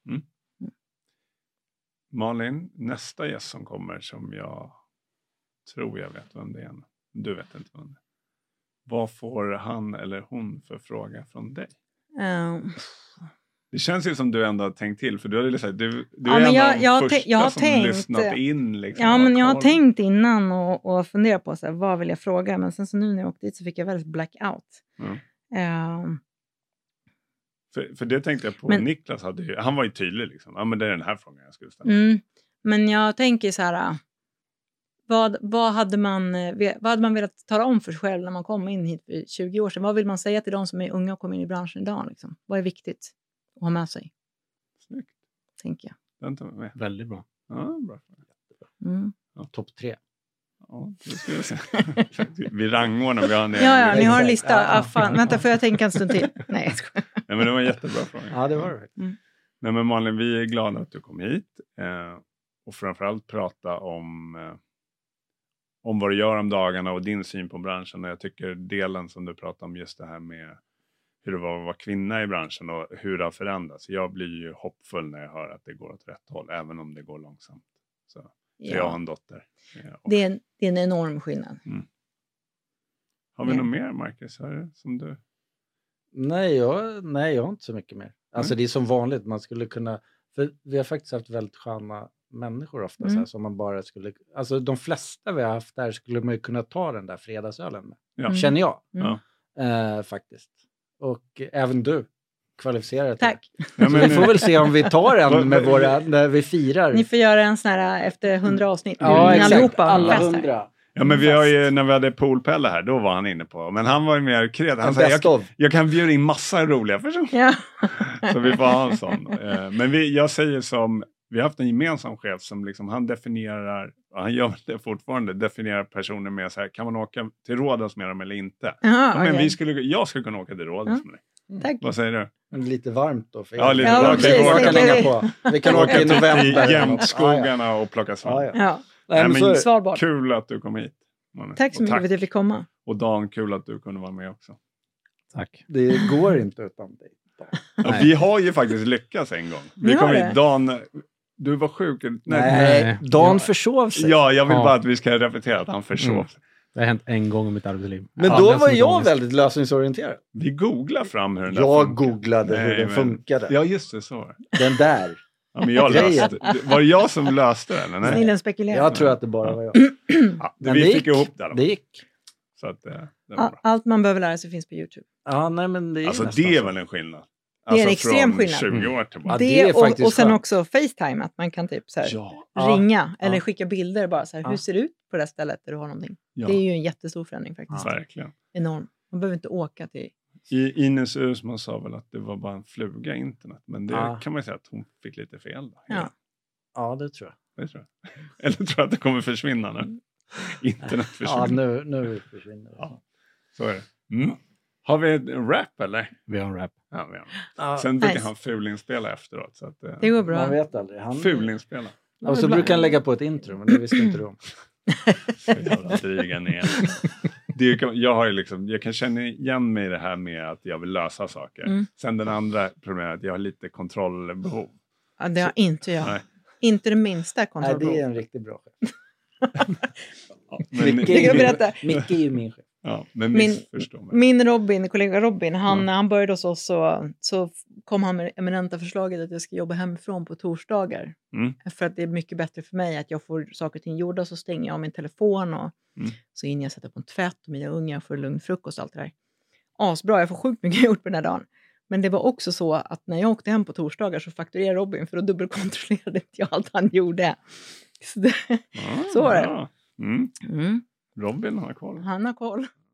Malin, nästa gäst som kommer som jag tror jag vet vem det är. Du vet inte vem det är. Vad får han eller hon för fråga från dig? Eh, Det känns ju som du ändå har tänkt till. För du har, liksom, du, du Ja, är men en jag- av de jag har första tän- jag har som tänkt- lyssnat in. Liksom, Ja, och men jag har koll. tänkt innan och, och funderat på så här, vad vill jag fråga. Men sen så nu när jag åkte dit så fick jag väldigt blackout. Mm. Eh, För, för det tänkte jag på. Men- Niklas hade ju, han var ju tydlig liksom. Ja, men det är den här frågan jag skulle ställa. mm, men jag tänker så här, äh, vad, vad, hade man, eh, ve- vad hade man velat tala om för sig själv när man kom in hit för tjugo år sedan? Vad vill man säga till de som är unga och kommer in i branschen idag? Liksom? Vad är viktigt att ha med sig, Snyggt. tänker jag. Den tar vi med. Väldigt bra. Ja, bra. Mm. Topp tre. Ja, det ska vi se. Vi rangordnar. Vi har en egen- Ja, ja, ni har en Exakt. lista. Ja. Ah, fan. Vänta, får jag tänka en stund till? Nej, jag skojar. Nej, men det var en jättebra fråga. Ja, det var det. Nej, men Malin, vi är glada att du kom hit. Eh, och framförallt prata om, eh, om vad du gör om dagarna och din syn på branschen. Och jag tycker delen som du pratar om, just det här med hur det var att vara kvinna i branschen och hur det har förändrats. Jag blir ju hoppfull när jag hör att det går åt rätt håll, även om det går långsamt. Så, för jag har Ja, en dotter. Eh, och det, är en, det är en enorm skillnad. har vi ja. något mer, Marcus? Har du, som du? Nej jag, nej, jag har inte så mycket mer. Alltså det är som vanligt, man skulle kunna... För vi har faktiskt haft väldigt sköna människor ofta, Mm. så här, som man bara skulle... Alltså de flesta vi har haft där skulle man ju kunna ta den där fredagsölen med. Ja. Mm. Känner jag, Mm. Ja. eh, faktiskt. Och eh, även du kvalificerar till Tack. Ja, det. Så men, vi får väl se om vi tar Vad- en med våra, när vi firar. Ni får göra en sån här efter hundra avsnitt. Ja, Ni exakt. allihopa Alla festar. hundra. ja, men vi har ju, när vi hade Poolpelle här, då var han inne på. Men han var ju mer kreativ. Han En sa, best jag, of. jag kan bjuda in massa roliga personer. Ja. Så vi får ha en sån. Eh, Men vi, jag säger som, vi har haft en gemensam chef som liksom, han definierar, och han gör det fortfarande, definierar personer med så här, kan man åka till Rhodos med dem eller inte? Aha, Ja, men okej. vi skulle, jag skulle kunna åka till Rhodos Ja. med dig. Tack. Vad säger du? Men lite varmt då. För Ja, lite Ja, varmt. precis. Vi får Vi åka kan det- hänga på. Vi kan åka i till november. eller något. jämtskogarna och plocka svamp. Ja, ja. Ja. Nej, men Nej, så är men- det. Svalbard. Kul att du kom hit. Manne. Tack så Och mycket för att jag fick komma. Och Dan, kul att du kunde vara med också. Tack. Det går inte utan dig. Ja, vi har ju faktiskt lyckats en gång. Vi Ni har kom det? hit, Dan, du var sjuk. Nej, Nej, Nej. Dan Ja. försov sig. Ja, jag vill Ja. bara att vi ska repetera att han försov Mm. sig. Det har hänt en gång i mitt arbetsliv. Men Ja, då det är var så mycket jag ångest. väldigt lösningsorienterad. Vi googlar fram hur den där Jag funkar. googlade hur Nej, den men- funkade. Ja, just det, så. Den där. Ja, men jag Grejen. löste det. Var det jag som löste det? Eller? Nej. Snillen spekulerar. Jag tror att det bara var jag. Ja, Men vi det fick gick. ihop det. Då. Det gick. Så att, eh, det var Ja, bra. allt man behöver lära sig finns på YouTube. Ja, nej men det är Alltså nästan det är så. väl en skillnad? Det är en Alltså, extrem från skillnad. tjugo år Ja, tillbaka. Det, det är och, faktiskt och sen skönt. också FaceTime, att man kan typ så här Ja, Ja. ringa eller Ja. skicka bilder bara så här, Ja. hur ser det ut på det här stället där du har någonting. ja, Det är ju en jättestor förändring faktiskt. verkligen. Enorm. Man behöver inte åka till... I Ines Uusman sa väl att det var bara en fluga i internet. Men det Ja. kan man ju säga att hon fick lite fel. Då. Ja. Ja, det tror jag. Det tror jag. Eller tror jag att det kommer försvinna nu? Internet försvinner. Ja, nu, nu försvinner det. Ja, så är det. Mm. Har vi en rap eller? Vi har en rap. Ja, vi har. Ja, Sen brukar Nice. han fulinspela efteråt. Så att, eh, Det går man bra. vet aldrig. Han... fulinspela. Och så brukar han lägga på ett intro, men det visste inte du om. Så jävla dryga ner. Det är, ju- jag, har ju liksom, jag kan känna igen mig i det här med att jag vill lösa saker. Mm. Sen den andra problemet är att jag har lite kontrollbehov. Ja, det har inte jag. Nej. Inte det minsta Nej, kontrollbehov. det är en riktigt bra chef. Ja, men, Micke Det kan jag är ju- berätta. Micke är ju min chef. ja, men Min- missförstå mig. Min Robin, kollega Robin, han, Mm. när han började hos oss så, så kom han med det eminenta förslaget att jag ska jobba hemifrån på torsdagar. Mm. För att det är mycket bättre för mig att jag får saker och ting gjorda, så stänger jag av min telefon och Mm. så hinner jag sätta på en tvätt och mina ungar får lugn frukost och allt det där. Asbra, jag får sjukt mycket gjort på den här dagen. Men det var också så att när jag åkte hem på torsdagar så fakturerade Robin, för då dubbelkontrollerade inte jag allt han gjorde. Så, det, Ah, så var det. ja. Mm. mm, Robin har koll. han har koll.